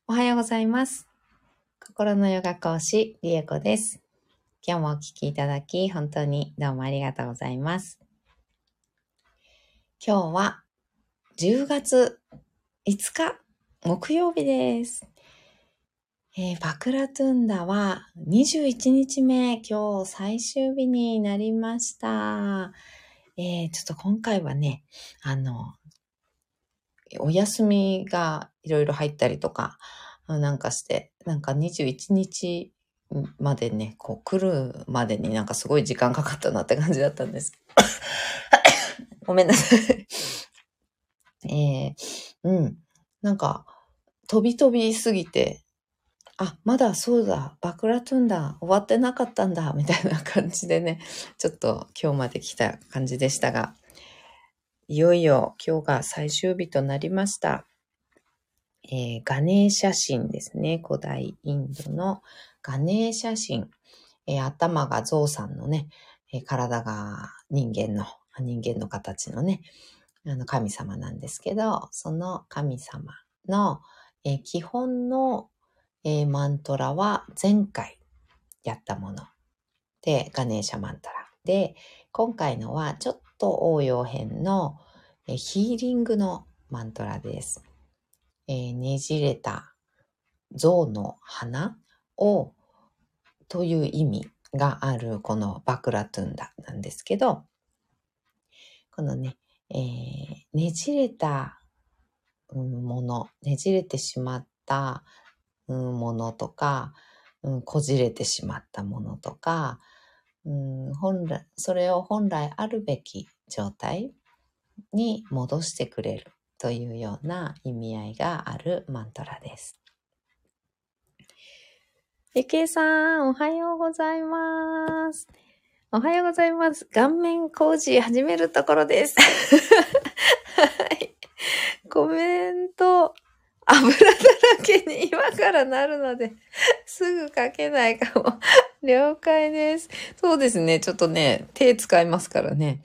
おはようございます。心のヨガ講師、リエコです。今日もお聞きいただき、本当にどうもありがとうございます。今日は10月5日、木曜日です。バクラトゥンダは21日目、今日最終日になりました。ちょっと今回はね、お休みがいろいろ入ったりとか、なんかして、なんか21日までね、こう来るまでになんかすごい時間かかったなって感じだったんです。ごめんなさい。なんか、飛び飛びすぎて、まだそうだ、バクラトゥンダ終わってなかったんだ、みたいな感じでね、ちょっと今日まで来た感じでしたが、いよいよ今日が最終日となりました。ガネーシャ神ですね。古代インドのガネーシャ神。頭がゾウさんのね、体が人間の形のね、神様なんですけど、その神様の、基本の、マントラは前回やったもので、ガネーシャマントラ。で、今回のはちょっと応用編の、ヒーリングのマントラです。ねじれた象の花をという意味があるこのバクラトゥンダなんですけど、このね、ねじれたもの、ねじれてしまったものとか、こじれてしまったものとか、それを本来あるべき状態に戻してくれるというような意味合いがあるマントラです。ゆきえさん、おはようございます。おはようございます。顔面工事始めるところです。はい。コメント、油だらけに今からなるので、すぐ書けないかも。了解です。そうですね。ちょっとね、手使いますからね。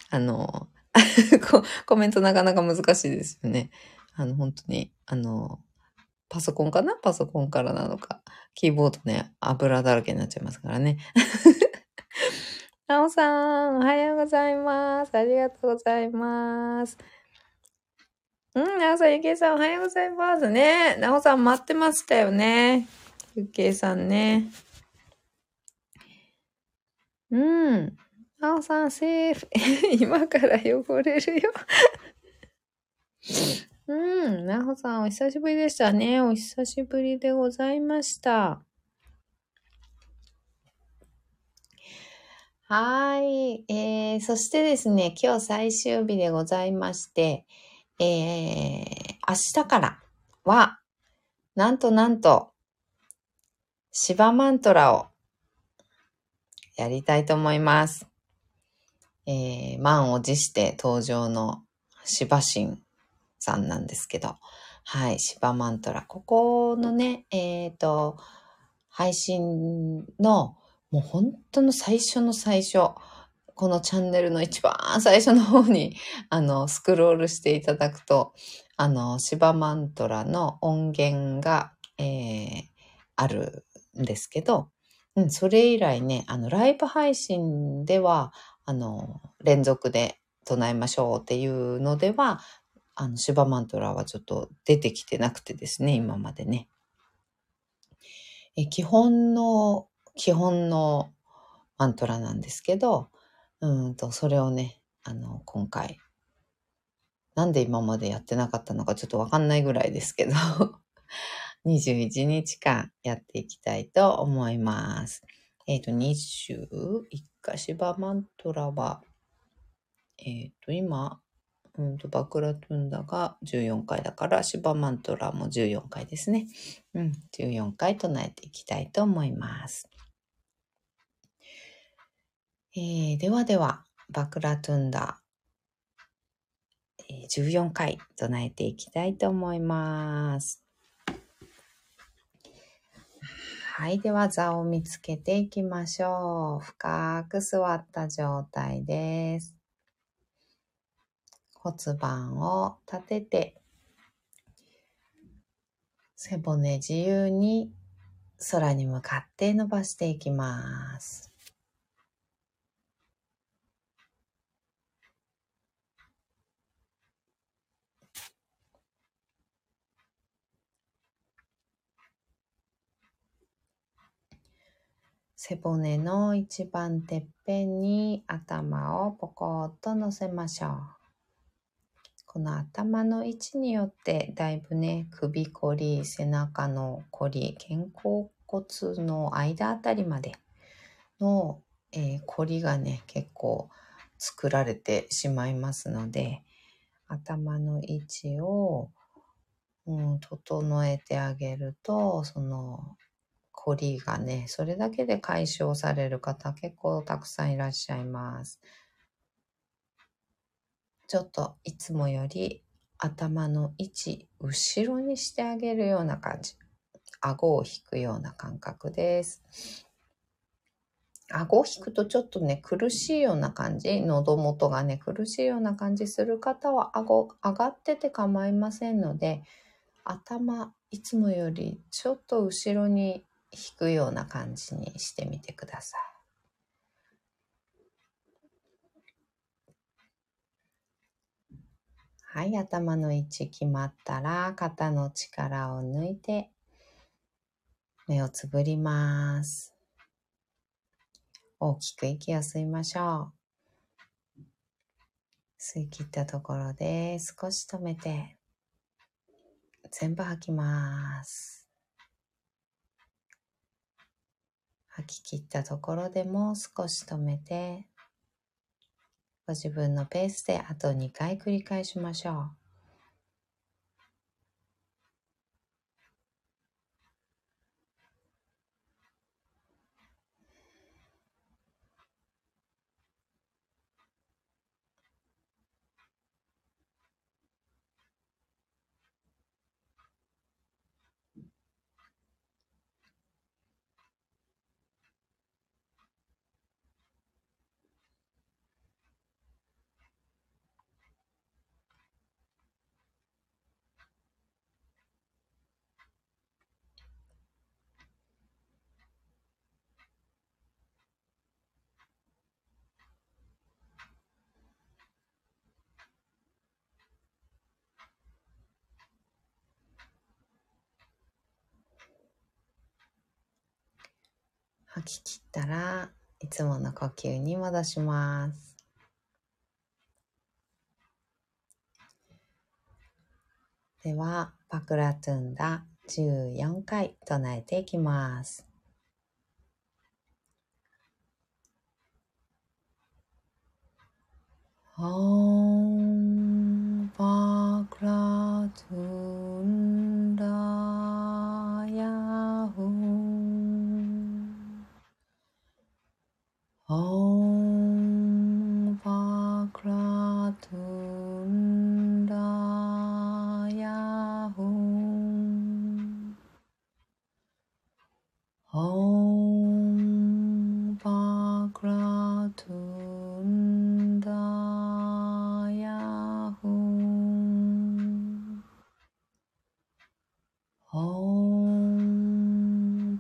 コメントなかなか難しいですよね。本当に、パソコンからなのか。キーボードね、油だらけになっちゃいますからね。なおさん、おはようございます。ありがとうございます。なおさん、ゆきえさん、おはようございますね。なおさん、待ってましたよね。ゆきえさんね。なおさん、セーフ。今から汚れるよ。なおさん、お久しぶりでしたね。お久しぶりでございました。はい。そしてですね、今日最終日でございまして、明日からは、なんと、シバマントラをやりたいと思います。満を持して登場のシバ神さんなんですけど、はい、シバマントラ。ここのね、配信のもう本当の最初の最初、このチャンネルの一番最初の方に、スクロールしていただくと、シバマントラの音源が、あるんですけど、それ以来ね、ライブ配信では、連続で唱えましょうっていうのでは、シバマントラはちょっと出てきてなくてですね、今までね。基本のマントラなんですけど、それをね、今回、なんで今までやってなかったのかちょっとわかんないぐらいですけど、21日間やっていきたいと思います。21回シバマントラは、今、バクラトゥンダが14回だから、シバマントラも14回ですね。14回唱えていきたいと思います。では、バクラトゥンダ、14回唱えていきたいと思います。はい、では座を見つけていきましょう。深く座った状態です。骨盤を立てて、 背骨自由に空に向かって伸ばしていきます。背骨の一番てっぺんに頭をポコッと乗せましょう。この頭の位置によってだいぶね、首こり、背中のこり、肩甲骨の間あたりまでの、こりがね、結構作られてしまいますので、頭の位置を、整えてあげると、そのこりがね、それだけで解消される方結構たくさんいらっしゃいます。ちょっといつもより頭の位置、後ろにしてあげるような感じ。顎を引くような感覚です。顎を引くとちょっとね、苦しいような感じ、喉元がね、苦しいような感じする方は顎上がってて構いませんので、頭、いつもよりちょっと後ろに引くような感じにしてみてください。はい、頭の位置決まったら、肩の力を抜いて、目をつぶります。大きく息を吸いましょう。吸い切ったところで少し止めて、全部吐きます。吐き切ったところでも少し止めて、ご自分のペースであと2回繰り返しましょう。吐き切ったらいつもの呼吸に戻します。では、パクラトゥンダ14回唱えていきます。Om Vakratundaya Hum. Om Vakratundaya Hum. Om Vakratundaya Hum. Om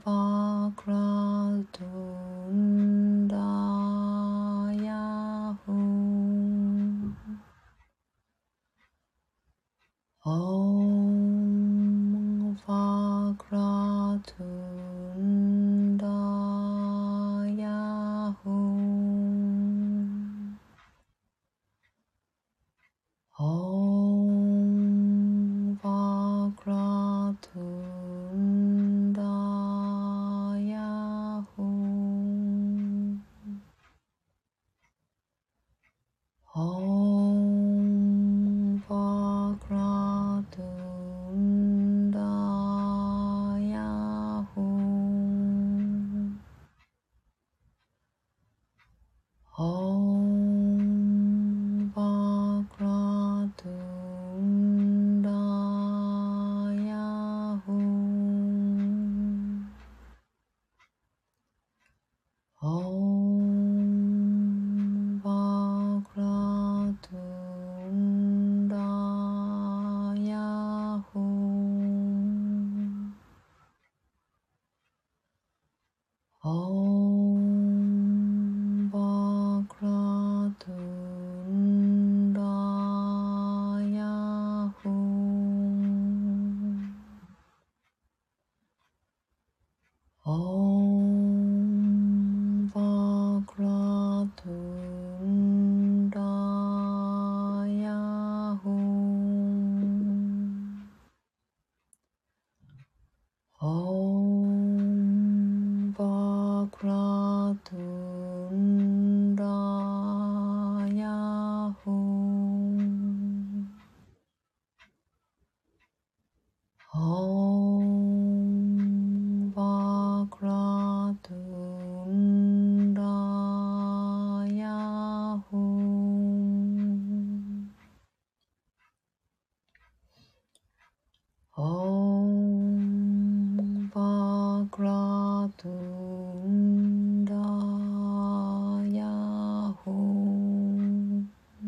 Vakratundaya Hum. Om Vakratundaya Hum. Om Vakratundaya Om Vakratundaya Hum. Om Vakratundaya Hum. Om Vakratundaya Hum. Om Vakratundaya Hum. Om Vakratundaya Hum.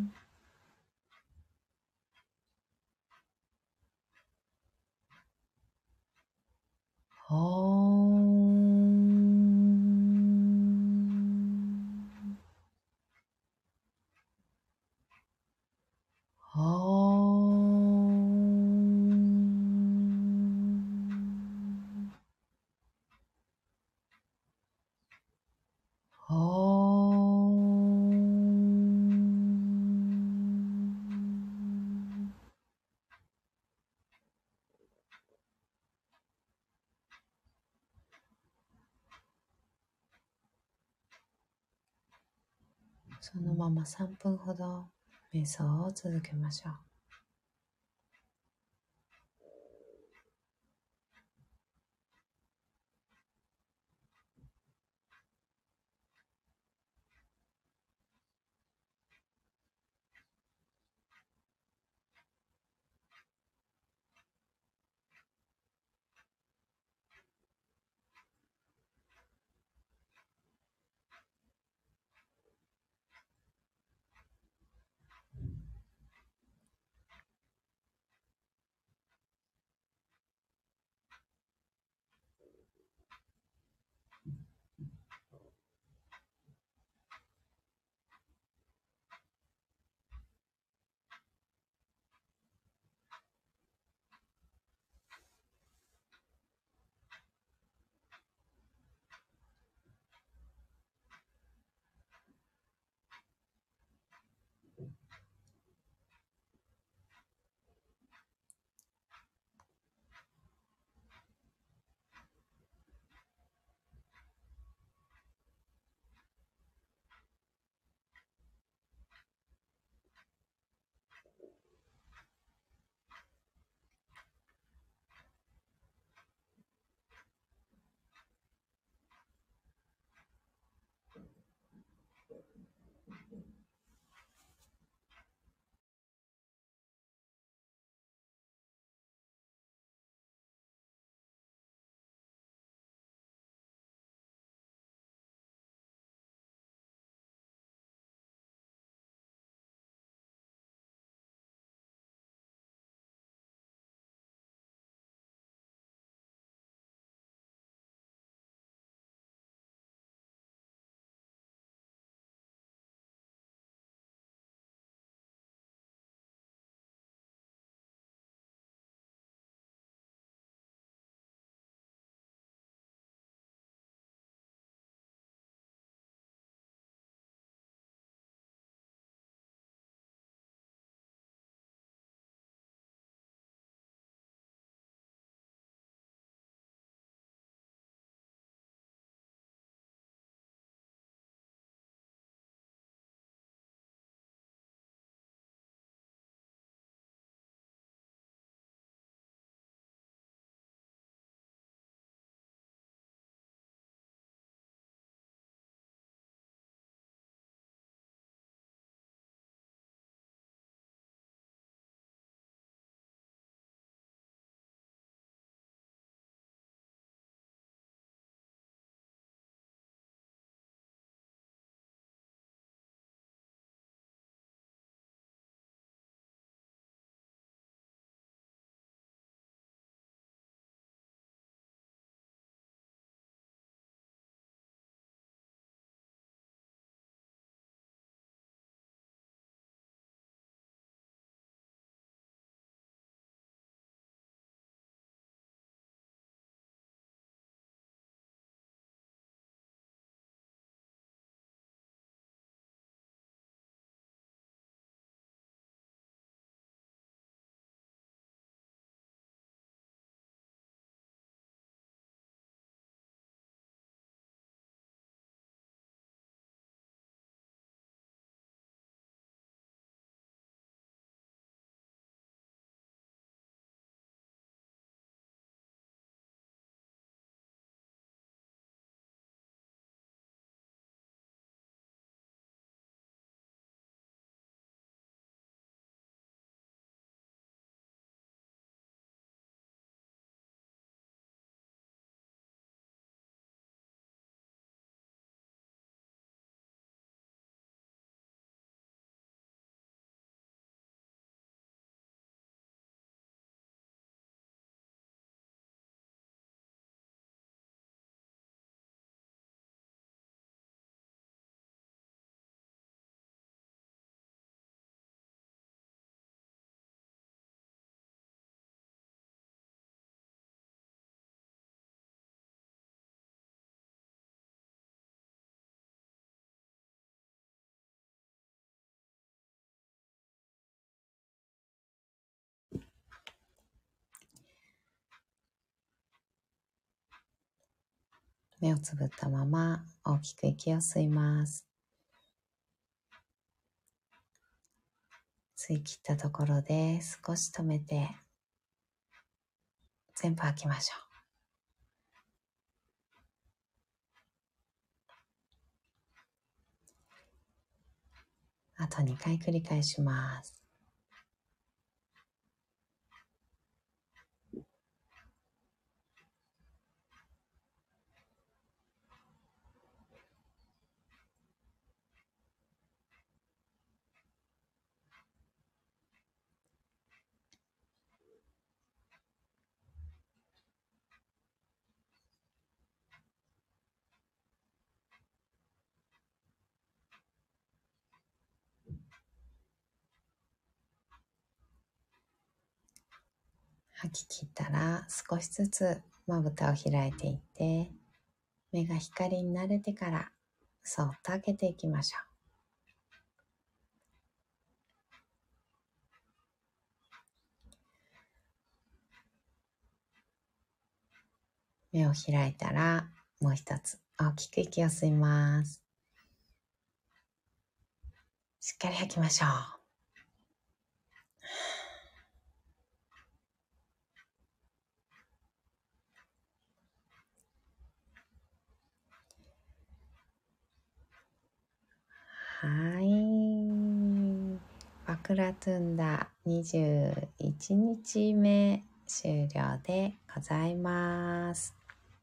そのまま3分ほど瞑想を続けましょう。 目をつぶったまま大きく息を吸います。吸い切ったところで少し止めて全部吐きましょう。あと2回繰り返します。吐き切ったら少しずつまぶたを開いていって、目が光に慣れてからそっと開けていきましょう。目を開いたらもう一つ大きく息を吸います。しっかり吐きましょう。はい。バクラトゥンダ21日目終了でございます。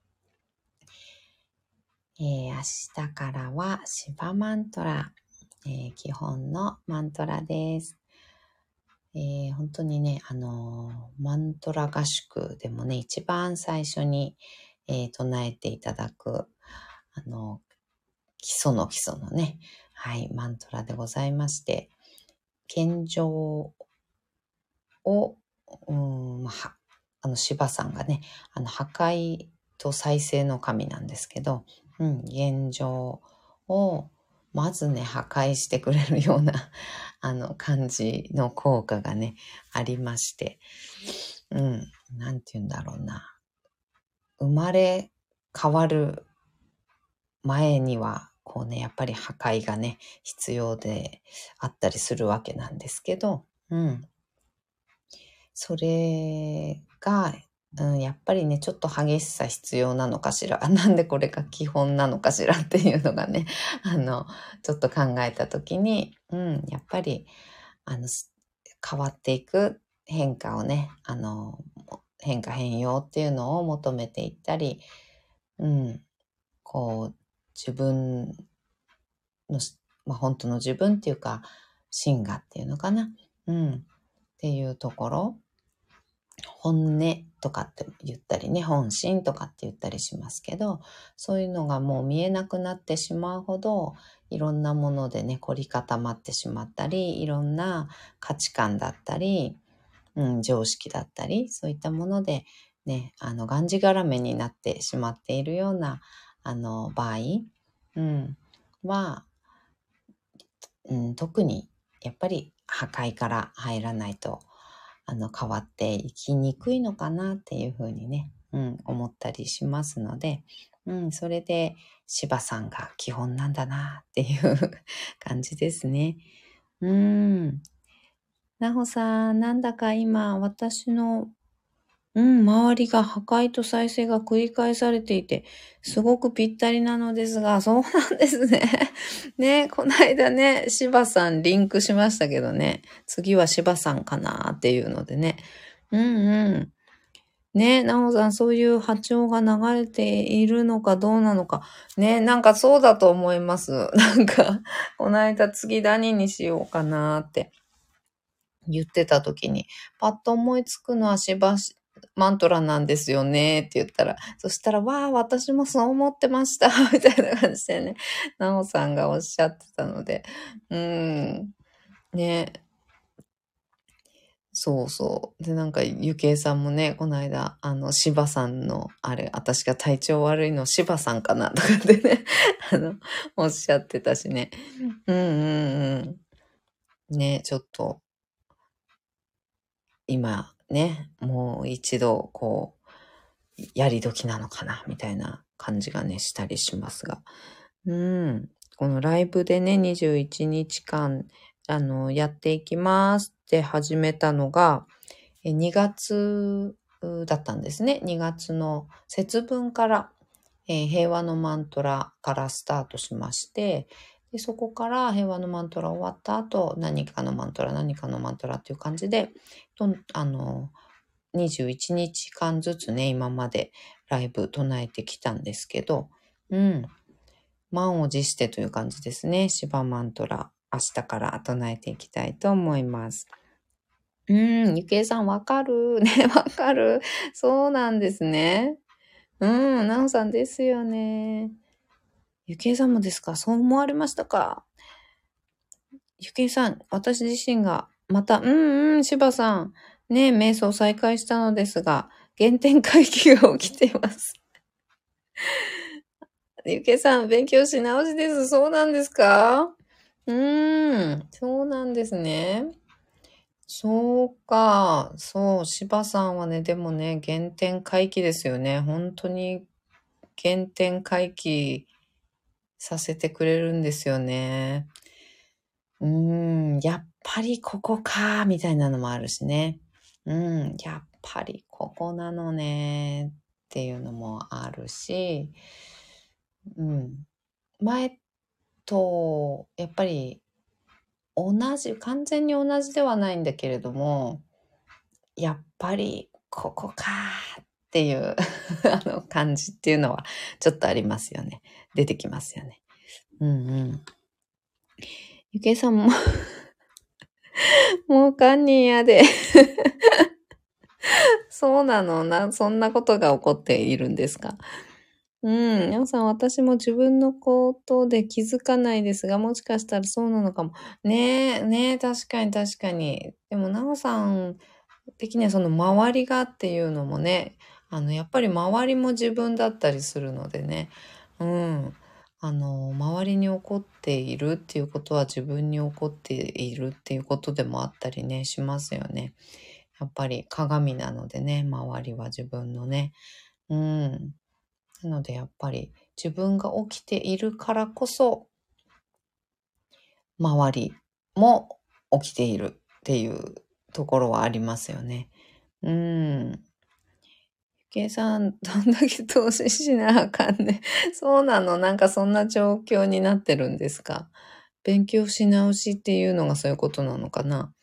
明日からはシバマントラ、基本のマントラです。本当にね、マントラ合宿でもね、一番最初に、唱えていただく、基礎のね、はい、マントラでございまして、現状を、シバさんがね、破壊と再生の神なんですけど、現状をまずね、破壊してくれるような、感じの効果がね、ありまして、なんて言うんだろうな。生まれ変わる前には、こうね、やっぱり破壊がね、必要であったりするわけなんですけど、それが、やっぱりね、ちょっと激しさ必要なのかしら。なんでこれが基本なのかしらっていうのがね、ちょっと考えたときに、やっぱり、変わっていく変化をね、変化変容っていうのを求めていったり、こう、自分の、本当の自分っていうか、真我っていうのかな。っていうところ、本音とかって言ったりね、本心とかって言ったりしますけど、そういうのがもう見えなくなってしまうほど、いろんなものでね、凝り固まってしまったり、いろんな価値観だったり、常識だったり、そういったものでね、がんじがらめになってしまっているような、場合、は、特にやっぱり破壊から入らないと、変わっていきにくいのかなっていうふうにね、思ったりしますので、それで芝さんが基本なんだなっていう感じですね。なほさん、なんだか今私の周りが破壊と再生が繰り返されていて、すごくぴったりなのですが、そうなんですね。ね、この間ね、芝さんリンクしましたけどね、次は芝さんかなっていうのでね。ね、なおさん、そういう波長が流れているのかどうなのか。ね、なんかそうだと思います。なんか、この間次何にしようかなって言ってた時に、パッと思いつくのはマントラなんですよねって言ったら、そしたら、わあ、私もそう思ってました、みたいな感じでね、なおさんがおっしゃってたので、ね、そうそう。で、なんか、ゆけいさんもね、この間、芝さんの、あれ、私が体調悪いの芝さんかなとかってね、おっしゃってたしね。ね、ちょっと、今ね、もう一度、こう、やり時なのかな、みたいな感じがね、したりしますが。このライブでね、21日間、やっていきますって始めたのが、2月だったんですね。2月の節分から、平和のマントラからスタートしまして、でそこから平和のマントラ終わった後、何かのマントラっていう感じで、21日間ずつね、今までライブ唱えてきたんですけど、満を持してという感じですね。シバマントラ、明日から唱えていきたいと思います。ゆきえさんわかるね、わかる。そうなんですね。なおさんですよね。ゆきえさんもですか？そう思われましたか？ゆきえさん、私自身が、また、しばさん、ね、瞑想再開したのですが、原点回帰が起きています。ゆきえさん、勉強し直しです。そうなんですか？そうなんですね。そうか。そう、柴さんはね、でもね、原点回帰ですよね。本当に原点回帰させてくれるんですよね。やっぱりここか、みたいなのもあるしね。やっぱりここなのね、っていうのもあるし、前と、やっぱり完全に同じではないんだけれども、やっぱりここかっていう感じっていうのはちょっとありますよね。出てきますよね。ゆけいさんももう堪忍やで。そうなのそんなことが起こっているんですか？皆さん、私も自分のことで気づかないですが、もしかしたらそうなのかも。ねえ、確かに確かに。でも、なおさん的にはその周りがっていうのもね、やっぱり周りも自分だったりするのでね、周りに起こっているっていうことは自分に起こっているっていうことでもあったりね、しますよね。やっぱり鏡なのでね、周りは自分のね。なのでやっぱり自分が起きているからこそ、周りも起きているっていうところはありますよね。計算どんだけ投資しなあかんね。そうなの？なんかそんな状況になってるんですか？勉強し直しっていうのがそういうことなのかな？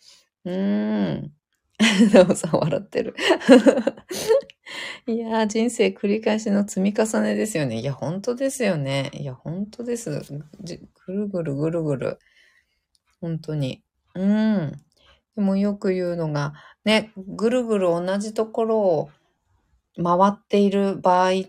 なおさん笑ってる。いやー、人生繰り返しの積み重ねですよね。いや、本当ですよね。いや、本当です。ぐるぐるぐるぐる。本当に。でもよく言うのが、ね、ぐるぐる同じところを回っている場合って、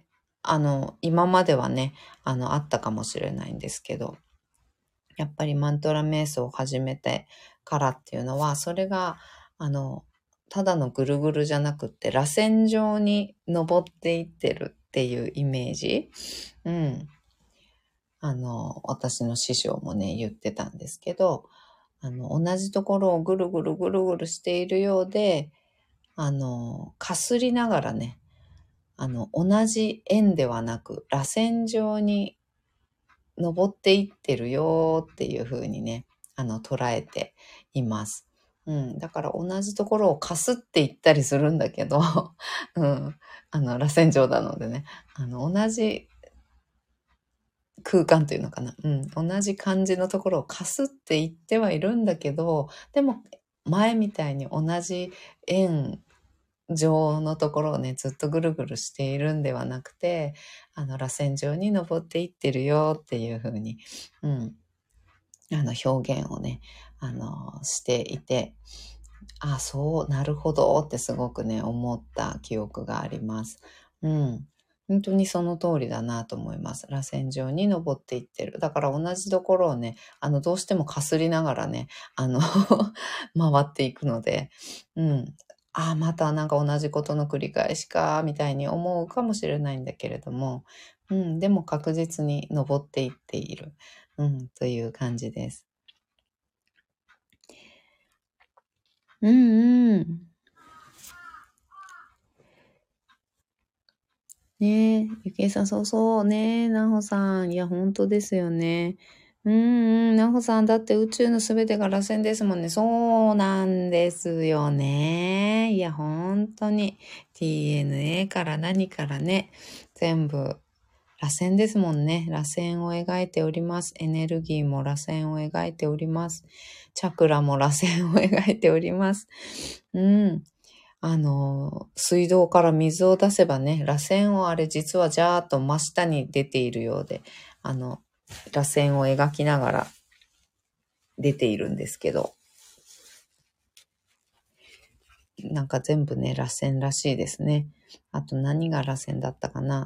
今まではね、あったかもしれないんですけど、やっぱりマントラ瞑想を始めてからっていうのは、それが、ただのぐるぐるじゃなくって、螺旋状に登っていってるっていうイメージ。私の師匠もね、言ってたんですけど、同じところをぐるぐるぐるぐるしているようで、かすりながらね、同じ円ではなく、螺旋状に登っていってるよっていう風にね、捉えています。だから同じところをかすっていったりするんだけど、螺旋状なのでね、同じ空間というのかな。同じ感じのところをかすっていってはいるんだけど、でも前みたいに同じ円状のところをね、ずっとぐるぐるしているんではなくて、螺旋状に登っていってるよっていう風に、表現をね、していて、そう、なるほどってすごくね、思った記憶があります。本当にその通りだなと思います。螺旋状に登っていってる。だから同じところをね、どうしてもかすりながらね、回っていくので、またなんか同じことの繰り返しか、みたいに思うかもしれないんだけれども、でも確実に登っていっている、という感じです。うんうん。 ねえ、ゆきえさん、そうそう、ねえ、なほさん。いや、本当ですよね。うんうん、なほさん、だって宇宙のすべてが螺旋ですもんね。そうなんですよね。いや、本当に。DNA から何からね、全部、螺旋ですもんね。螺旋を描いております。エネルギーも螺旋を描いております。チャクラも螺旋を描いております。うん。水道から水を出せばね、螺旋をあれ実はジャーッと真下に出ているようで、螺旋を描きながら出ているんですけど、なんか全部ね、螺旋らしいですね。あと何が螺旋だったかな、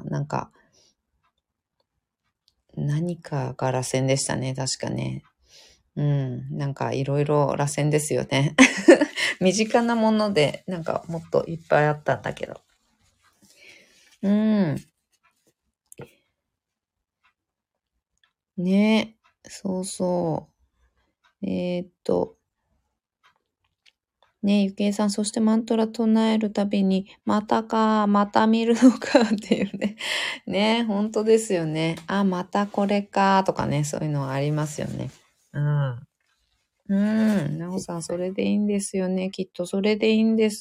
何かが螺旋でしたね、確かね。うん、なんかいろいろ螺旋ですよね。身近なもので、なんかもっといっぱいあったんだけど。うん。ね、そうそう。ねえ、ゆきえさん、そしてマントラ唱えるたびに、またか、また見るのかっていうね。ねえ、本当ですよね。あ、またこれか、とかね、そういうのありますよね。うん。なおさん、それでいいんですよね。きっとそれでいいんです。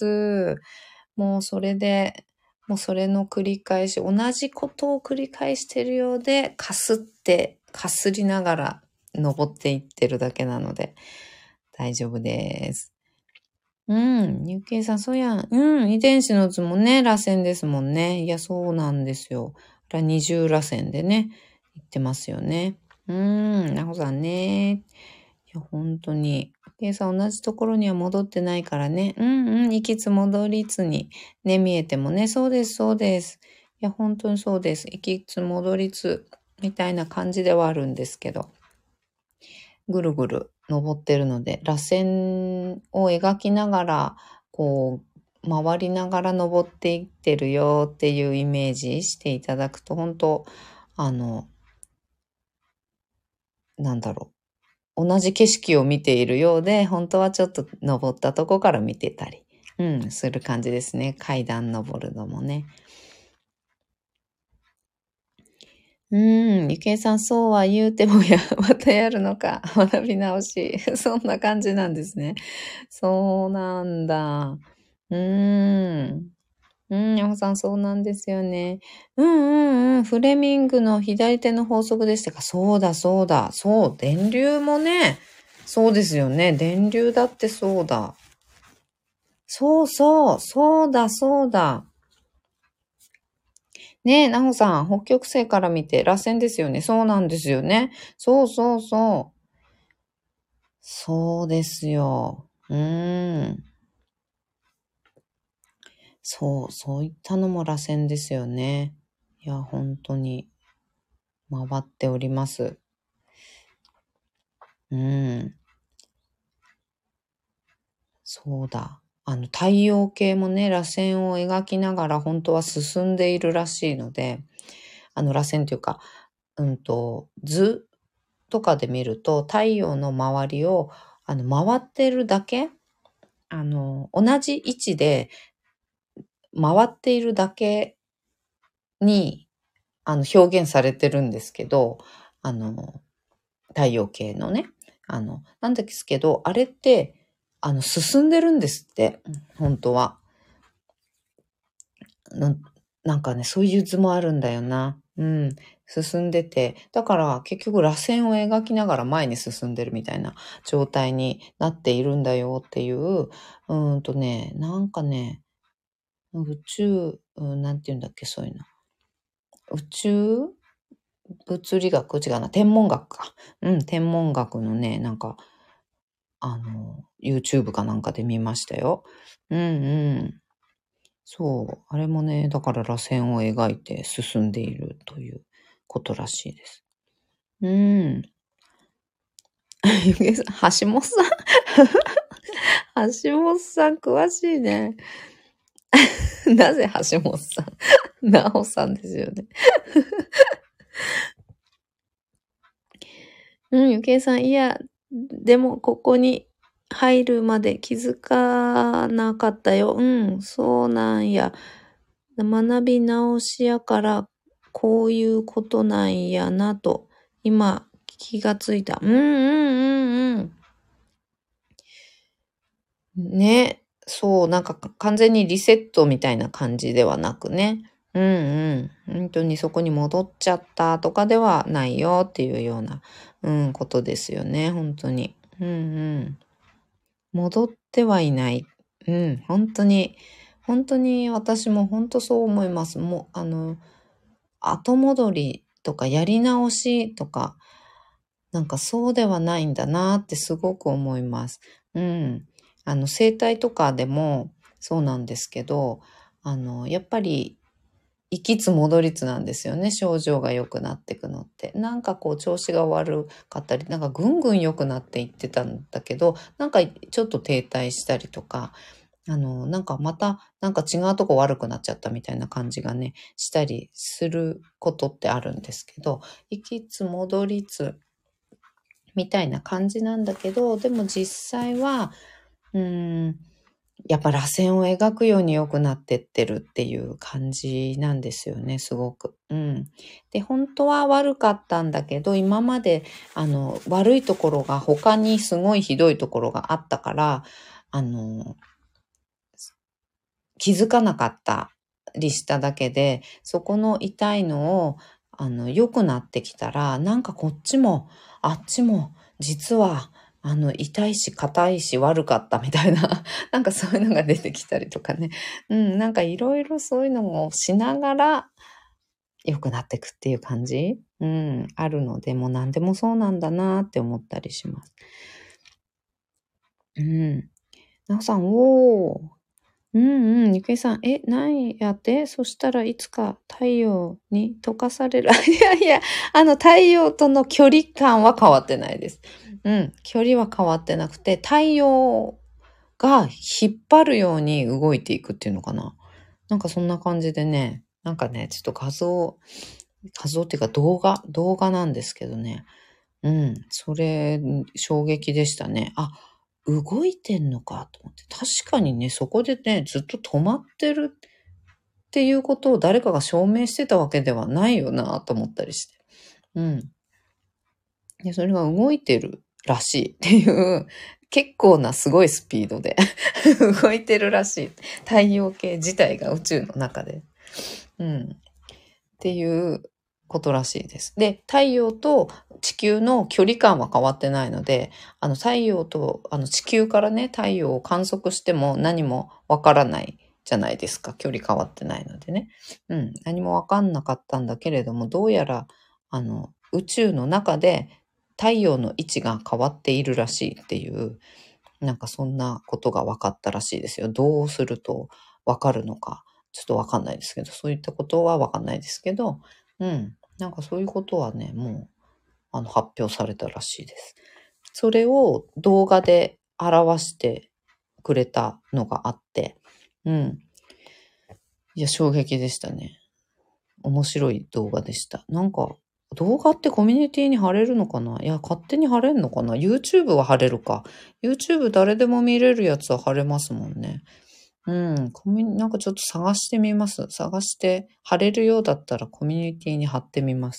もうそれで、もうそれの繰り返し、同じことを繰り返してるようで、かすりながら登っていってるだけなので、大丈夫です。ゆきえさん、そうやん。遺伝子の図もね、螺旋ですもんね。いや、そうなんですよ。二重螺旋でね、言ってますよね。なほさんね。いや、本当に。ゆきえさん、同じところには戻ってないからね。行きつ戻りつに、ね、見えてもね。そうです、そうです。いや、本当にそうです。行きつ戻りつ、みたいな感じではあるんですけど。ぐるぐる登ってるので、螺旋を描きながら、こう、回りながら登っていってるよっていうイメージしていただくと、本当あの、なんだろう。同じ景色を見ているようで、本当はちょっと登ったとこから見てたり、する感じですね。階段登るのもね。ゆけいさん、そうは言うてもまたやるのか。学び直し。そんな感じなんですね。そうなんだ。うーん。ヤホさん、そうなんですよね。フレミングの左手の法則でしたか。そうだ、そうだ。そう、電流もね。そうですよね。電流だってそうだ。そうそう、そうだ、そうだ。ねえ、なほさん、北極星から見て螺旋ですよね。そうなんですよね。そうそうそう。そうですよ。そう、そういったのも螺旋ですよね。いや、本当に回っております。うん。そうだ。太陽系もね、螺旋を描きながら本当は進んでいるらしいので、螺旋というか、図とかで見ると、太陽の周りを、回ってるだけ、同じ位置で回っているだけに、表現されてるんですけど、あの、太陽系のね。なんですけど、あれって、進んでるんですって、本当は。ななんかね、そういう図もあるんだよな。進んでて。だから結局螺旋を描きながら前に進んでるみたいな状態になっているんだよっていう、なんかね、宇宙、なんて言うんだっけ、そういうの。宇宙物理学違うな。天文学か。天文学のね、なんか、YouTube かなんかで見ましたよ。うんうん。そう。あれもね、だから螺旋を描いて進んでいるということらしいです。うん。橋本さん橋本さん詳しいね。なぜ橋本さんなおさんですよね。ゆけいさん、いや、でもここに入るまで気づかなかったよ。そうなんや。 学び直しやからこういうことなんやなと今気がついた。ね。そう、なんか完全にリセットみたいな感じではなくね。本当にそこに戻っちゃったとかではないよっていうような、ことですよね。本当に。戻ってはいない。本当に私も本当そう思います。もう、後戻りとかやり直しとか、なんかそうではないんだなってすごく思います。整体とかでもそうなんですけど、やっぱり行きつ戻りつなんですよね。症状が良くなっていくのって。なんかこう調子が悪かったり、なんかぐんぐん良くなっていってたんだけど、なんかちょっと停滞したりとか、なんかまたなんか違うとこ悪くなっちゃったみたいな感じがね、したりすることってあるんですけど、行きつ戻りつみたいな感じなんだけど、でも実際は、やっぱ螺旋を描くように良くなってってるっていう感じなんですよね、すごく。で、本当は悪かったんだけど、今まで、悪いところが他にすごいひどいところがあったから、あの、気づかなかったりしただけで、そこの痛いのを、良くなってきたら、なんかこっちも、あっちも、実は、痛いし、硬いし、悪かったみたいな、なんかそういうのが出てきたりとかね。なんかいろいろそういうのをしながら、良くなっていくっていう感じあるので、もう何でもそうなんだなって思ったりします。なおさん、おー。ゆきえさん、なんやってそしたらいつか太陽に溶かされる。いやいや、太陽との距離感は変わってないです。距離は変わってなくて、太陽が引っ張るように動いていくっていうのかな。なんかそんな感じでね、なんかね、ちょっと画像っていうか動画なんですけどね。それ、衝撃でしたね。あ、動いてんのかと思って。確かにね、そこでね、ずっと止まってるっていうことを誰かが証明してたわけではないよなと思ったりして。うん。で、それが動いてるらしいっていう、結構なすごいスピードで動いてるらしい。太陽系自体が宇宙の中で。っていうことらしいです。で、太陽と地球の距離感は変わってないので、太陽と、地球からね、太陽を観測しても何もわからないじゃないですか。距離変わってないのでね。何もわかんなかったんだけれども、どうやら、宇宙の中で太陽の位置が変わっているらしいっていう、なんかそんなことが分かったらしいですよ。どうすると分かるのか、ちょっと分かんないですけど、そういったことは分かんないですけど、なんかそういうことはね、もう、発表されたらしいです。それを動画で表してくれたのがあって、いや、衝撃でしたね。面白い動画でした。なんか、動画ってコミュニティに貼れるのかないや、勝手に貼れんのかな？ YouTube は貼れるか。YouTube 誰でも見れるやつは貼れますもんね。なんかちょっと探してみます。探して貼れるようだったらコミュニティに貼ってみます。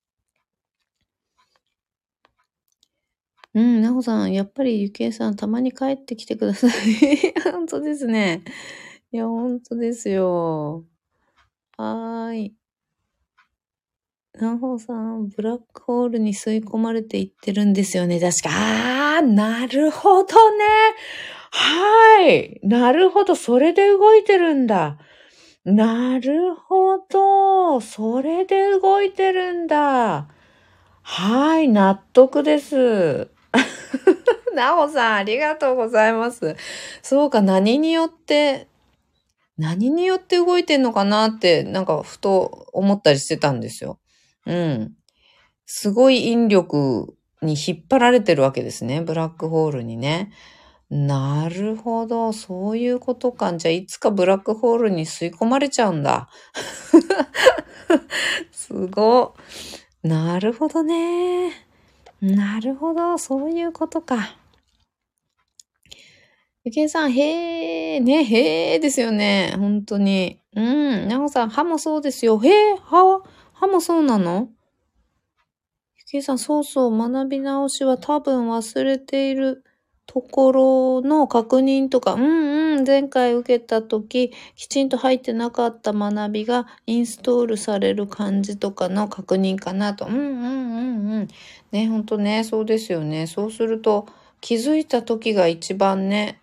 なほさん、やっぱりゆきえさん、たまに帰ってきてください。本当ですね。いや、本当ですよ。はーい。なほさん、ブラックホールに吸い込まれていってるんですよね、確か。なるほどね。はい。なるほど。それで動いてるんだ。なるほど。それで動いてるんだ。はい。納得です。なおさん、ありがとうございます。そうか、何によって動いてんのかなって、なんかふと思ったりしてたんですよ。すごい引力に引っ張られてるわけですね。ブラックホールにね。なるほど。そういうことか。じゃあ、いつかブラックホールに吸い込まれちゃうんだ。すご。なるほどね。なるほど。そういうことか。 ゆきえさん、へー、ね、へーですよね。本当に。なほさん、歯もそうですよ。へー、歯もそうなの？ゆきえさん、そうそう、学び直しは多分忘れているところの確認とか、前回受けたとき、きちんと入ってなかった学びがインストールされる感じとかの確認かなと。ね、ほんとね、そうですよね。そうすると、気づいた時が一番ね、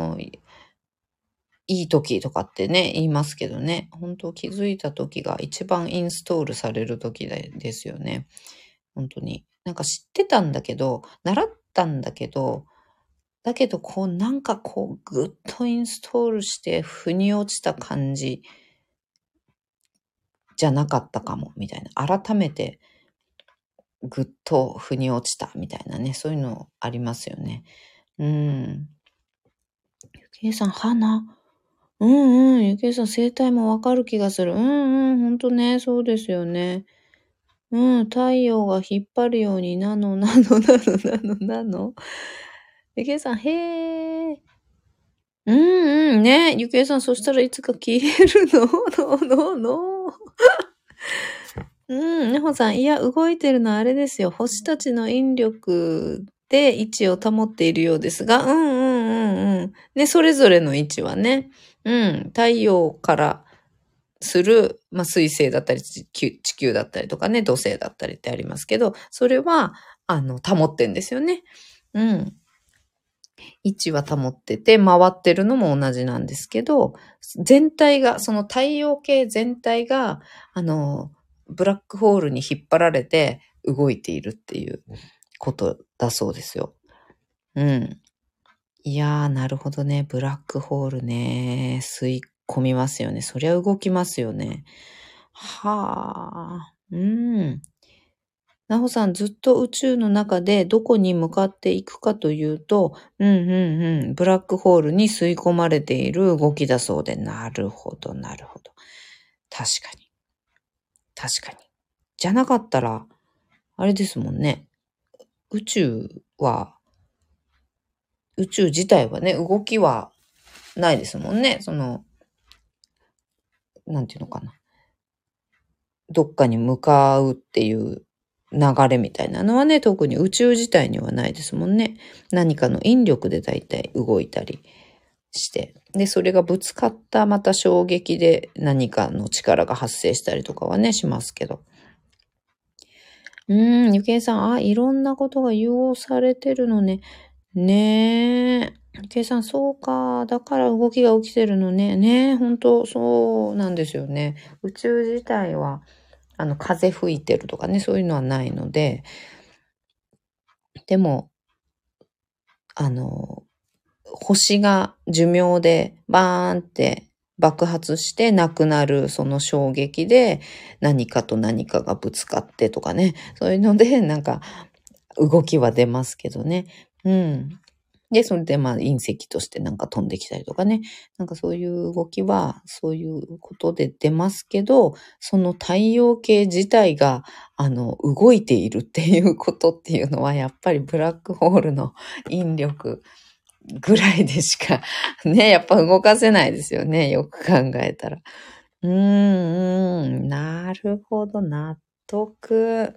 いい時とかってね、言いますけどね。本当気づいた時が一番インストールされる時ですよね。本当に。なんか知ってたんだけど、習ったんだけど、だけどこうなんかこうぐっとインストールして腑に落ちた感じじゃなかったかも、みたいな。改めてぐっと腑に落ちたみたいなね。そういうのありますよね。ゆきえさん、花。ゆきえさん、生態もわかる気がする。ほんとね、そうですよね。太陽が引っ張るようになの。ゆきえさん、へー。ね、ゆきえさん、そしたらいつか消えるの。ねほさん、いや、動いてるのはあれですよ。星たちの引力で位置を保っているようですが、ね、それぞれの位置はね、太陽からする、水星だったり地球だったりとかね、土星だったりってありますけど、それは、保ってんですよね。位置は保ってて、回ってるのも同じなんですけど、全体が、その太陽系全体が、ブラックホールに引っ張られて動いているっていうことだそうですよ。いやー、なるほどね。ブラックホールね。吸い込みますよね。そりゃ動きますよね。はあ。なほさん、ずっと宇宙の中でどこに向かっていくかというと、ブラックホールに吸い込まれている動きだそうで、なるほど、なるほど。確かに。確かに。じゃなかったら、あれですもんね。宇宙自体はね、動きはないですもんね。なんていうのかな。どっかに向かうっていう流れみたいなのはね、特に宇宙自体にはないですもんね。何かの引力でだいたい動いたりして。で、それがぶつかったまた衝撃で何かの力が発生したりとかはね、しますけど。ゆけいさん、いろんなことが融合されてるのね。ねえ。ゆけいさん、そうか。だから動きが起きてるのね。ねえ、ほんと、そうなんですよね。宇宙自体は、風吹いてるとかね、そういうのはないので、でも、星が寿命でバーンって爆発してなくなるその衝撃で何かと何かがぶつかってとかね、そういうのでなんか動きは出ますけどね。で、それで隕石としてなんか飛んできたりとかね。なんかそういう動きはそういうことで出ますけど、その太陽系自体が動いているっていうことっていうのはやっぱりブラックホールの引力ぐらいでしかね、やっぱ動かせないですよね。よく考えたら。なるほど、納得。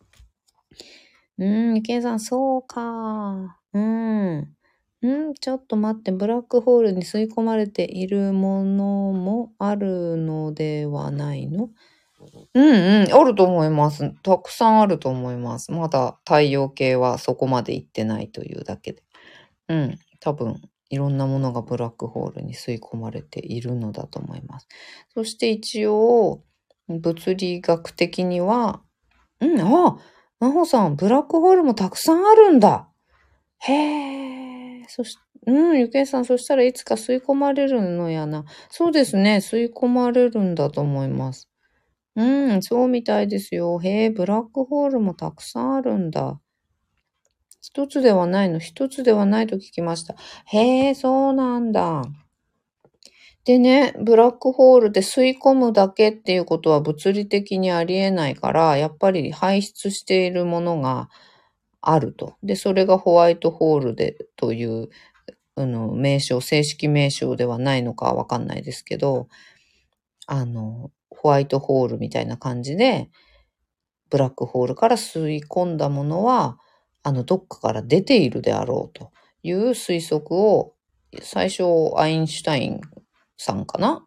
ケイさん、そうか。ちょっと待って、ブラックホールに吸い込まれているものもあるのではないの？あると思います。たくさんあると思います。まだ太陽系はそこまで行ってないというだけで。多分、いろんなものがブラックホールに吸い込まれているのだと思います。そして一応、物理学的には、なほさん、ブラックホールもたくさんあるんだ。へえ。ゆけいさん、そしたらいつか吸い込まれるのやな。そうですね、吸い込まれるんだと思います。そうみたいですよ。へえ、ブラックホールもたくさんあるんだ。一つではないと聞きました。へえ、そうなんだ。でね、ブラックホールで吸い込むだけっていうことは物理的にありえないから、やっぱり排出しているものがあると。で、それがホワイトホールでという名称、正式名称ではないのかはわかんないですけど、ホワイトホールみたいな感じで、ブラックホールから吸い込んだものは、どっかから出ているであろうという推測を、最初、アインシュタインさんかな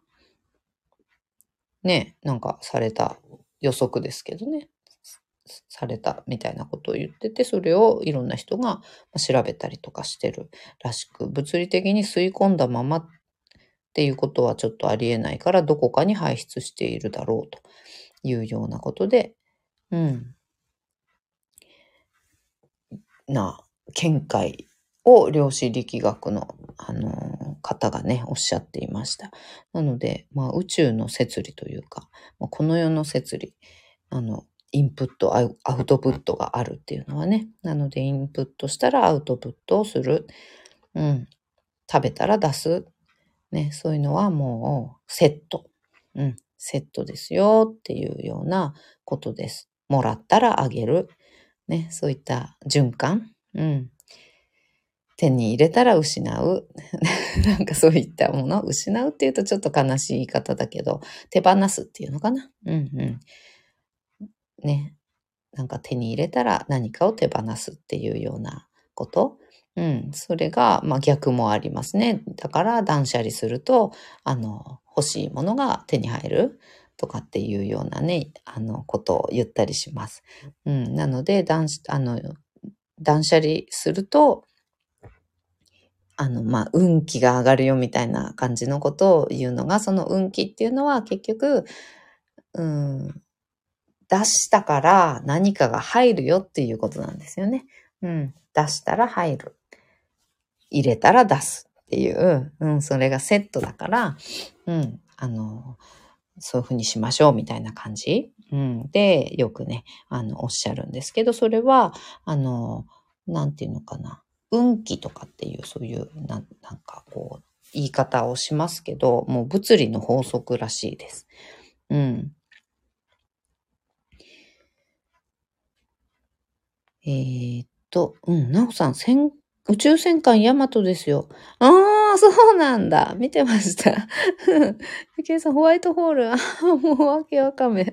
ね、なんかされた予測ですけどね。されたみたいなことを言ってて、それをいろんな人が調べたりとかしてるらしく、物理的に吸い込んだままっていうことはちょっとありえないから、どこかに排出しているだろうというようなことで、見解を量子力学の、方がね、おっしゃっていました。なので、宇宙の摂理というか、この世の摂理、インプット、アウトプットがあるっていうのはね。なので、インプットしたらアウトプットをする。食べたら出す。ね、そういうのはもうセット。セットですよっていうようなことです。もらったらあげる。ね、そういった循環。手に入れたら失う。なんかそういったもの。失うっていうとちょっと悲しい言い方だけど、手放すっていうのかな。ね。なんか手に入れたら何かを手放すっていうようなこと。それが、逆もありますね。だから断捨離すると、欲しいものが手に入るとかっていうようなね、ことを言ったりします。なので、断捨離すると、運気が上がるよみたいな感じのことを言うのが、その運気っていうのは結局、出したから何かが入るよっていうことなんですよね。出したら入る。入れたら出すっていう、それがセットだから、そういうふうにしましょうみたいな感じ、で、よくね、おっしゃるんですけど、それは、なんていうのかな。運気とかっていう、そういう、なんかこう、言い方をしますけど、もう物理の法則らしいです。なおさん、宇宙戦艦ヤマトですよ。ああ、そうなんだ。見てました。ゆきえさん、ホワイトホール。もうわけわかめ。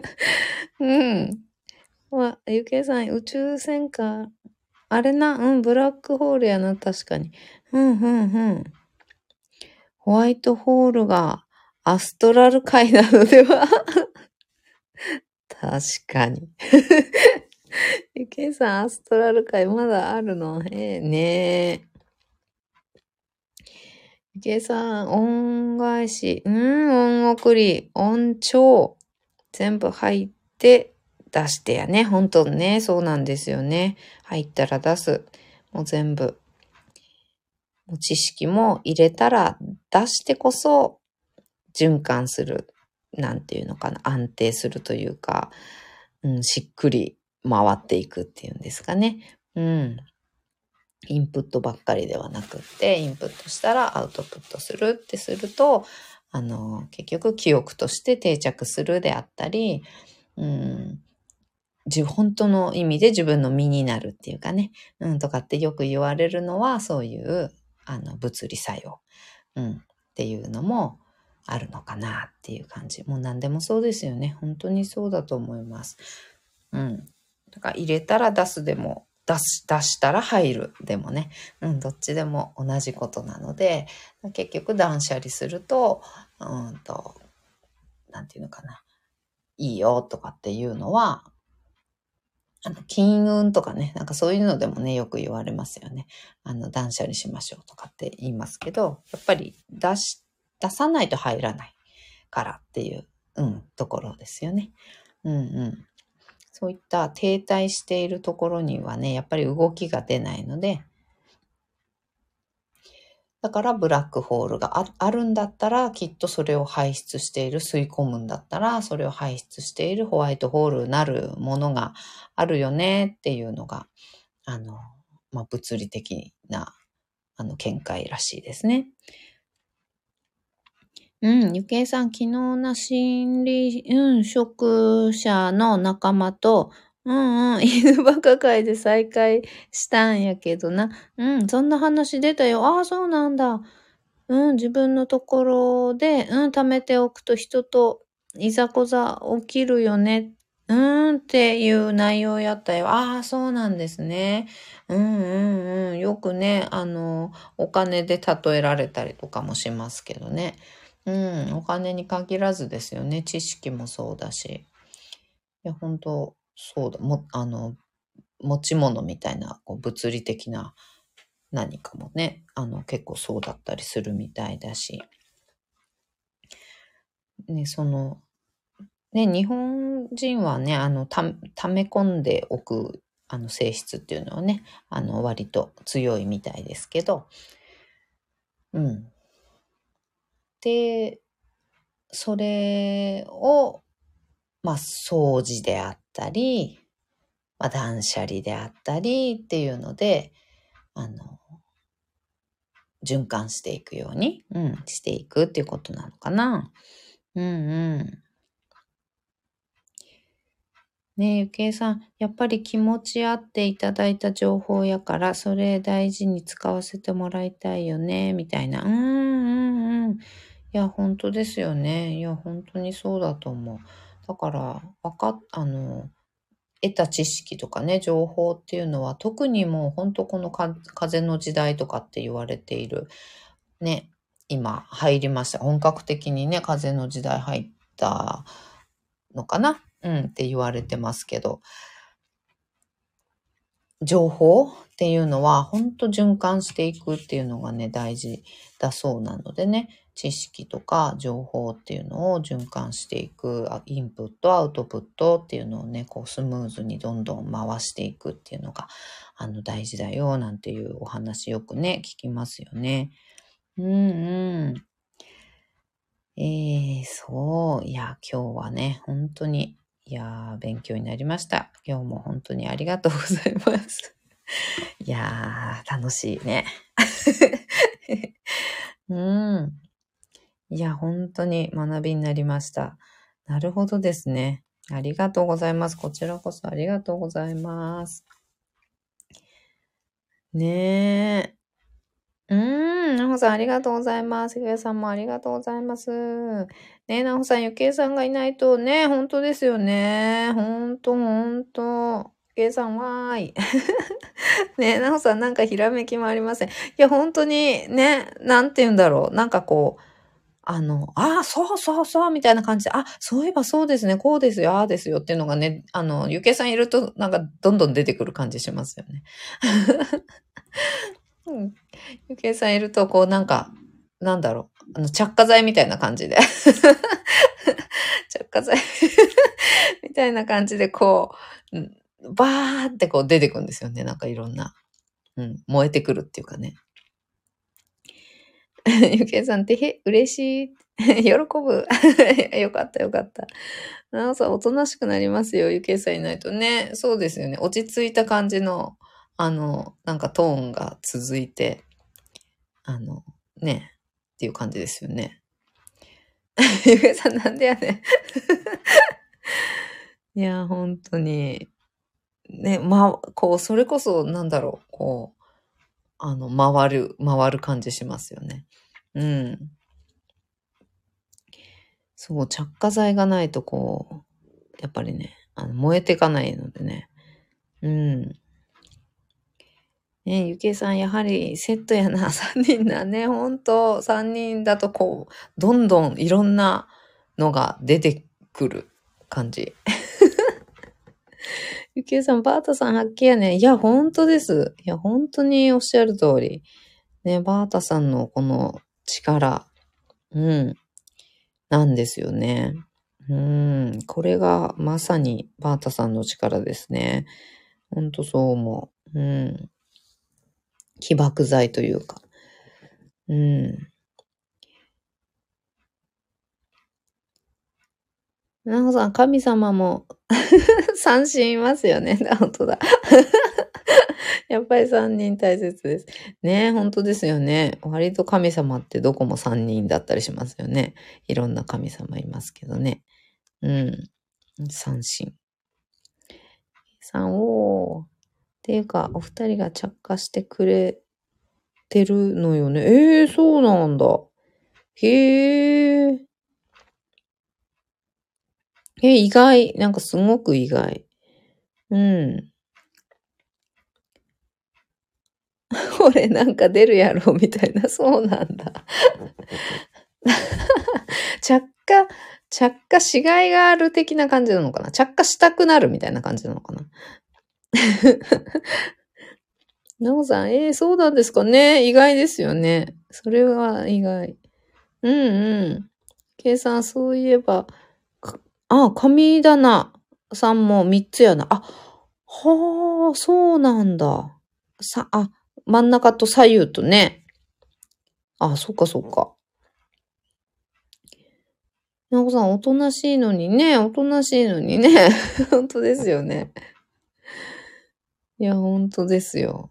ゆきえさん、宇宙戦艦。あれな、ブラックホールやな、確かに。ホワイトホールがアストラル界なのでは確かに。ゆきえさん、アストラル界まだあるのねえ。ゆきえさん、恩返し、恩送り、恩寵、全部入って出してやね。本当ね、そうなんですよね。入ったら出す。もう全部。もう知識も入れたら出してこそ循環する。なんていうのかな。安定するというか、しっくり回っていくっていうんですかね。インプットばっかりではなくって、インプットしたらアウトプットするってすると、結局記憶として定着するであったり、本当の意味で自分の身になるっていうかね、とかってよく言われるのは、そういう、物理作用、っていうのもあるのかなっていう感じ。もう何でもそうですよね。本当にそうだと思います。だから入れたら出すでも、出したら入るでもね、どっちでも同じことなので、結局断捨離すると、なんていうのかな、いいよとかっていうのは、金運とかね、なんかそういうのでもね、よく言われますよね。断捨離しましょうとかって言いますけど、やっぱり出さないと入らないからっていう、ところですよね。そういった停滞しているところにはね、やっぱり動きが出ないので、だからブラックホールがあるんだったら、きっとそれを排出している、吸い込むんだったら、それを排出しているホワイトホールなるものがあるよねっていうのが、物理的な、見解らしいですね。ゆけいさん、昨日の心理、職者の仲間と犬バカ会で再会したんやけどな。そんな話出たよ。ああ、そうなんだ。自分のところで、貯めておくと人といざこざ起きるよね。っていう内容やったよ。ああ、そうなんですね。よくね、お金で例えられたりとかもしますけどね。お金に限らずですよね。知識もそうだし。いや、本当そうだ。持ち物みたいな、こう物理的な何かもね、結構そうだったりするみたいだし。ね、日本人はね、溜め込んでおく、性質っていうのはね、割と強いみたいですけど、で、それを、掃除であったり、断捨離であったりっていうので、循環していくように、していくっていうことなのかな。ねえ、ゆきえさん、やっぱり気持ちあっていただいた情報やから、それ大事に使わせてもらいたいよね、みたいな。いや、本当ですよね。いや、本当にそうだと思う。だから、得た知識とかね、情報っていうのは、特にもう本当この風の時代とかって言われている、ね、今入りました。本格的にね、風の時代入ったのかなって言われてますけど、情報っていうのは本当循環していくっていうのがね、大事だそうなのでね、知識とか情報っていうのを循環していく、インプット、アウトプットっていうのをね、こうスムーズにどんどん回していくっていうのが、大事だよなんていうお話よくね、聞きますよね。そう。いや、今日はね、本当に、勉強になりました。今日も本当にありがとうございます。いやー、楽しいね。いや、本当に学びになりました。なるほどですね。ありがとうございます。こちらこそありがとうございます。ねなほさんありがとうございます。ゆけさんもありがとうございます。ねなほさん、ゆけさんがいないとね、本当ですよね。本当。ゆけさんわーい。ねなほさんなんかひらめきもありません。いや、本当にね、なんて言うんだろう。なんかこう、そう、みたいな感じで、そういえばそうですね、こうですよ、ああですよっていうのがね、ゆけさんいるとなんかどんどん出てくる感じしますよね。ゆけいさんいると、こうなんか、なんだろう、着火剤みたいな感じで。着火剤みたいな感じで、こう、バーってこう出てくるんですよね。なんかいろんな、燃えてくるっていうかね。ゆけいさんって、嬉しい。喜ぶ。よかった、よかった。なおさん、おとなしくなりますよ。ゆけいさんいないとね。そうですよね。落ち着いた感じの、なんかトーンが続いて、ね、っていう感じですよね。ゆげさんなんでやねん。いや、本当に。ね、こう、それこそ、なんだろう、こう、回る感じしますよね。そう、着火剤がないと、こう、やっぱりね、燃えていかないのでね。ね、ゆきえさん、やはりセットやな、3人だね、ほんと、3人だとこう、どんどんいろんなのが出てくる感じ。ゆきえさん、バータさん発見やね。いや、ほんとです。いや、本当におっしゃる通り。ね、バータさんのこの力、なんですよね。これがまさにバータさんの力ですね。ほんとそう思う。起爆剤というか。なほさん、神様も三神いますよね。本当だ。やっぱり三人大切です。ね、本当ですよね。割と神様ってどこも三人だったりしますよね。いろんな神様いますけどね。三神。 さん、っていうか、お二人が着火してくれてるのよね。そうなんだ。へえ。意外。なんかすごく意外。うん。これなんか出るやろ、みたいな。そうなんだ。着火しがいがある的な感じなのかな。着火したくなるみたいな感じなのかな。なおさん、そうなんですかね。意外ですよね。それは意外。うんうん。計算、そういえば、神棚さんも3つやな。はあ、そうなんだ。真ん中と左右とね。そっかそっか。なおさん、おとなしいのにね。本当ですよね。いや、本当ですよ。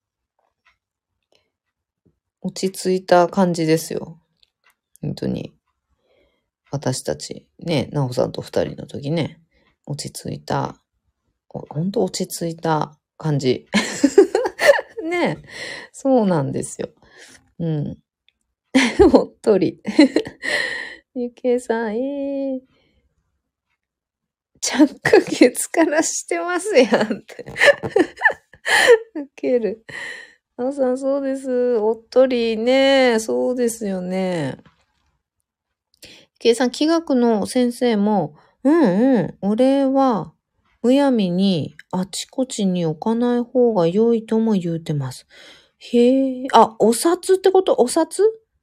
落ち着いた感じですよ。本当に。私たち、ね、なおさんと二人の時ね、落ち着いた、本当落ち着いた感じ。ね、そうなんですよ。うん。ほっとり。ゆけいさん、着火月からしてますやんって。ウケる。なおさん、そうです。おっとりね。そうですよね。計算気学の先生も、俺は、むやみにあちこちに置かない方が良いとも言うてます。へえ、お札ってこと？お札？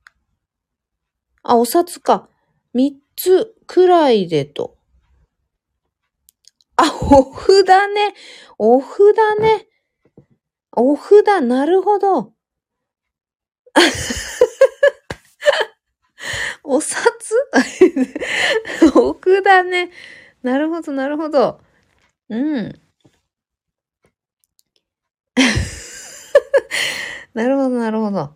お札か。三つくらいでと。お札ね。お札ね。お札、なるほど。お札お札ね。なるほど、なるほど。うん。なるほど、なるほど。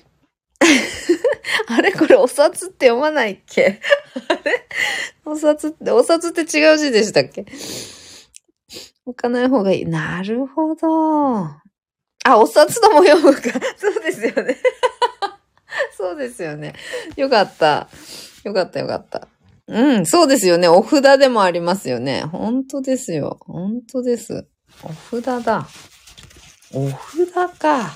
あれこれお札って読まないっけ？あれお札って違う字でしたっけ？置かない方がいい。なるほど。お札とも読むか。そうですよね。そうですよね。よかった。よかった、よかった。うん、そうですよね。お札でもありますよね。本当ですよ。本当です。お札だ。お札か。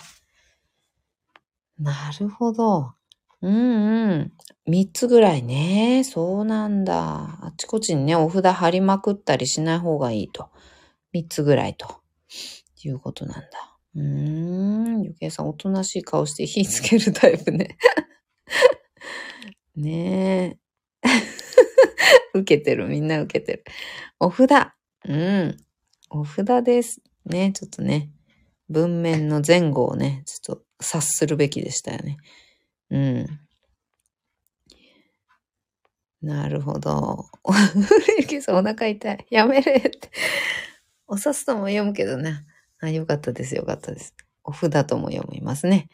なるほど。うんうん。三つぐらいね。そうなんだ。あちこちにね、お札貼りまくったりしない方がいいと。三つぐらいと。いうことなんだ。ゆけいさん、おとなしい顔して火つけるタイプね。ねえ。受けてる。みんな受けてる。お札。お札です。ね、ちょっとね。文面の前後をね、ちょっと察するべきでしたよね。なるほど。ゆきさんお腹痛い。やめれって。お札とも読むけどね。よかったです。よかったです。お札とも読みますね。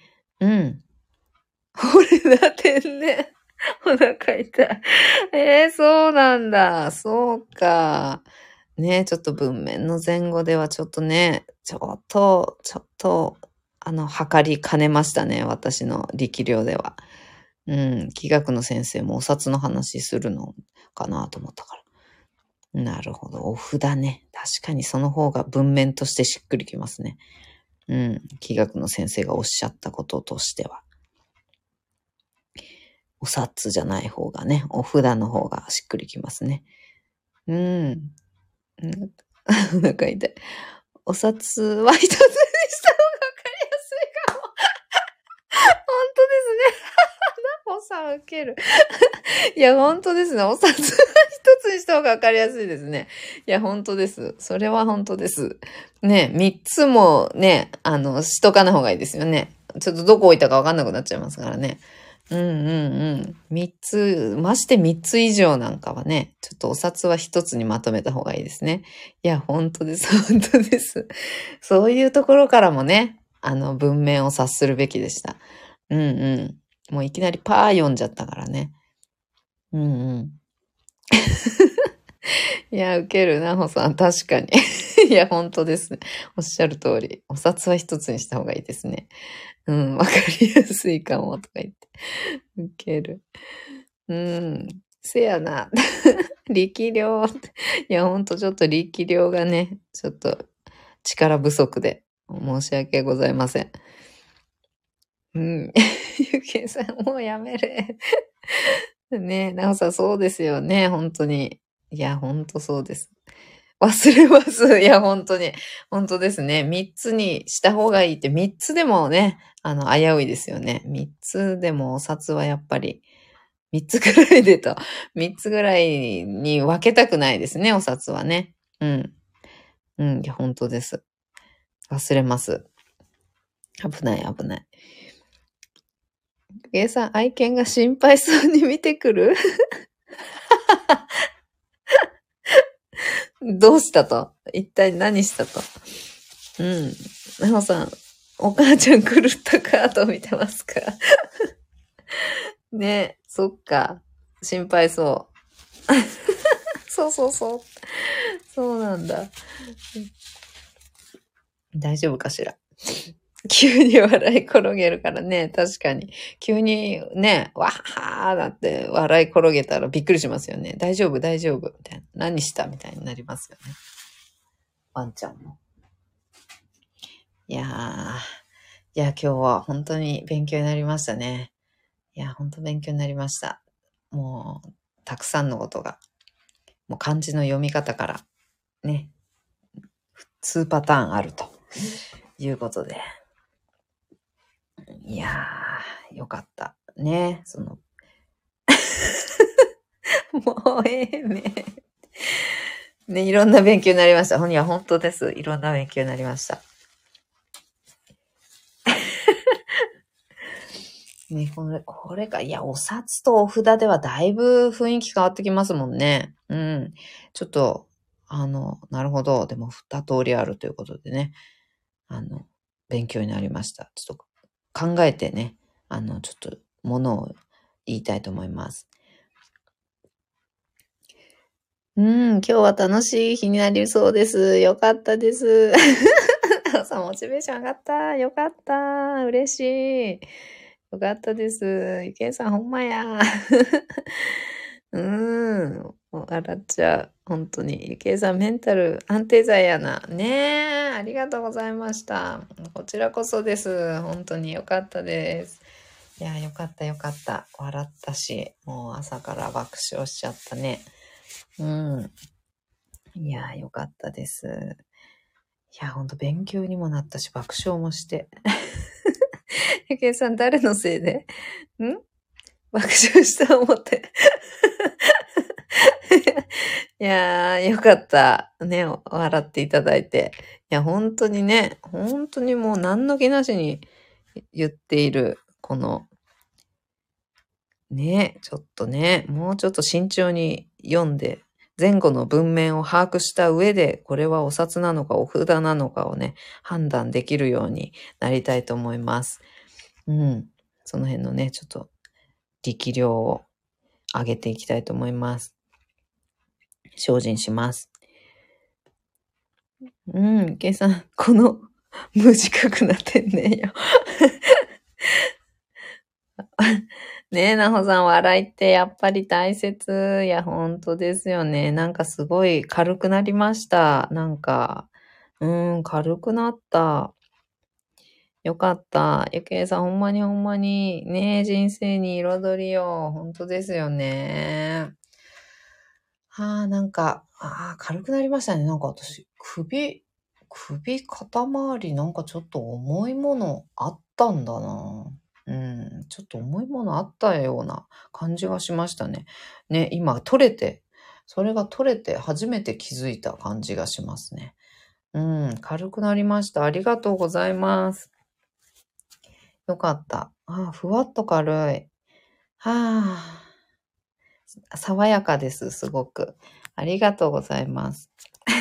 俺だ天然。お腹痛い。そうなんだ。そうか。ね、ちょっと文面の前後ではちょっとね、測りかねましたね。私の力量では。気学の先生もお札の話するのかなと思ったから。なるほど。お札ね。確かにその方が文面としてしっくりきますね。気学の先生がおっしゃったこととしては。お札じゃない方がね、お札の方がしっくりきますね。お腹痛い。お札は一つにした方がわかりやすいかも。本当ですね。ナポさん受ける。いや、本当ですね。お札は一つにした方がわかりやすいですね。いや、本当です。それは本当です。ね、三つもね、しとかない方がいいですよね。ちょっとどこ置いたかわかんなくなっちゃいますからね。三つ、まして三つ以上なんかはね、ちょっとお札は一つにまとめた方がいいですね。いや、本当です。本当です。そういうところからもね、文面を察するべきでした。もういきなりパー読んじゃったからね。いや、ウケるな、ほさん。確かに。 いや、本当ですね。おっしゃる通り。お札は一つにした方がいいですね。うん、わかりやすいかも、とか言って。ウケる。うん。せやな。力量。いや、ほんとちょっと力量がね、ちょっと力不足で申し訳ございません。うん。ゆきえさん、もうやめれ。ねえ、なおさん、そうですよね、本当に。いや、本当そうです。忘れます。いや、本当に。本当ですね。3つにした方がいいって、3つでもね、危ういですよね。3つでもお札はやっぱり、3つぐらいでと、3つぐらいに分けたくないですね、お札はね。うん。うん、いや、本当です。忘れます。危ない、危ない。計さん、愛犬が心配そうに見てくるどうしたと一体何したとうん。なおさん、お母ちゃん狂ったカード見てますかね、そっか。心配そう。そうそうそう。そうなんだ。大丈夫かしら。急に笑い転げるからね、確かに。急にね、わはーだって笑い転げたらびっくりしますよね。大丈夫、大丈夫。みたいな。何したみたいになりますよね。ワンちゃんも。いやー、今日は本当に勉強になりましたね。いや、本当勉強になりました。もう、たくさんのことが、もう漢字の読み方から、ね、2パターンあるということで。いやー、よかった。ね、もうええね。ね、いろんな勉強になりました。いや、本当です。いろんな勉強になりました。ね、これか。いや、お札とお札ではだいぶ雰囲気変わってきますもんね。うん。ちょっと、なるほど。でも、二通りあるということでね。勉強になりました。ちょっと考えてね、ちょっとものを言いたいと思います。今日は楽しい日になりそうです。よかったです。さモチベーション上がった。よかった。嬉しい。よかったです。ゆけいさん、ほんまや。笑っちゃう。本当に。ゆけいさん、メンタル安定剤やな。ねえ、ありがとうございました。こちらこそです。本当によかったです。いや、よかったよかった。笑ったし、もう朝から爆笑しちゃったね。うん。いや、よかったです。いや、ほんと勉強にもなったし、爆笑もして。ゆけいさん、誰のせいで爆笑した思って。いやー、よかった。ね、笑っていただいて。いや、本当にね、本当にもう何の気なしに言っている、この、ね、ちょっとね、もうちょっと慎重に読んで、前後の文面を把握した上で、これはお札なのかお札なのかをね、判断できるようになりたいと思います。うん。その辺のね、ちょっと力量を上げていきたいと思います。精進します。ケイさん、この無自覚な天然よ。ねえ、なほさん、笑いってやっぱり大切。いや、本当ですよね。なんかすごい軽くなりました。なんか、軽くなった。よかった。ゆけいさん、ほんまにほんまに、ねえ、人生に彩りを。本当ですよね。なんか、軽くなりましたね。なんか私、肩周りなんかちょっと重いものあったんだな。ちょっと重いものあったような感じがしましたね。ね、今それが取れて初めて気づいた感じがしますね。軽くなりました。ありがとうございます。よかった。ふわっと軽い。爽やかです、すごく。ありがとうございます。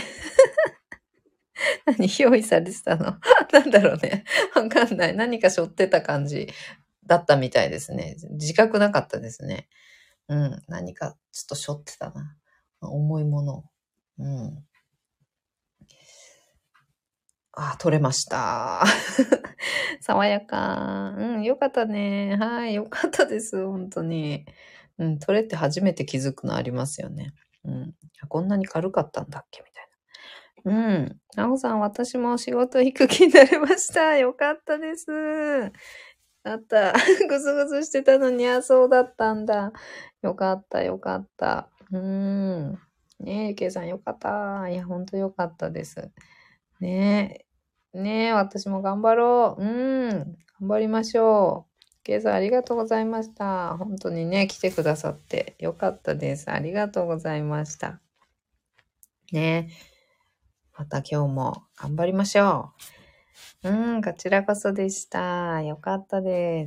何用意されてたのなんだろうね。わかんない。何か背負ってた感じだったみたいですね。自覚なかったですね。何かちょっと背負ってたな。重いものを。 取れました。爽やか。よかったね。はい、よかったです。本当に。取れて初めて気づくのありますよね。こんなに軽かったんだっけみたいな。なおさん、私も仕事行く気になりました。よかったです。あった。ぐずぐずしてたのに、そうだったんだ。よかった、よかった。ねえ、ゆけいさんよかった。いや、ほんとよかったです。ねえ。ねえ、私も頑張ろう。頑張りましょう。ゆけいさんありがとうございました。本当にね、来てくださってよかったです。ありがとうございました。ねえ。また今日も頑張りましょう。こちらこそでした。よかったです。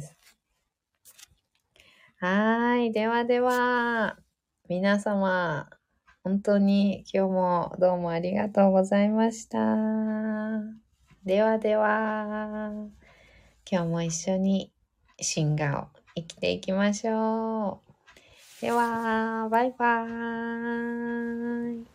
はい。ではでは、皆様、本当に今日もどうもありがとうございました。ではでは、今日も一緒にシガを生きていきましょう。では、バイバーイ。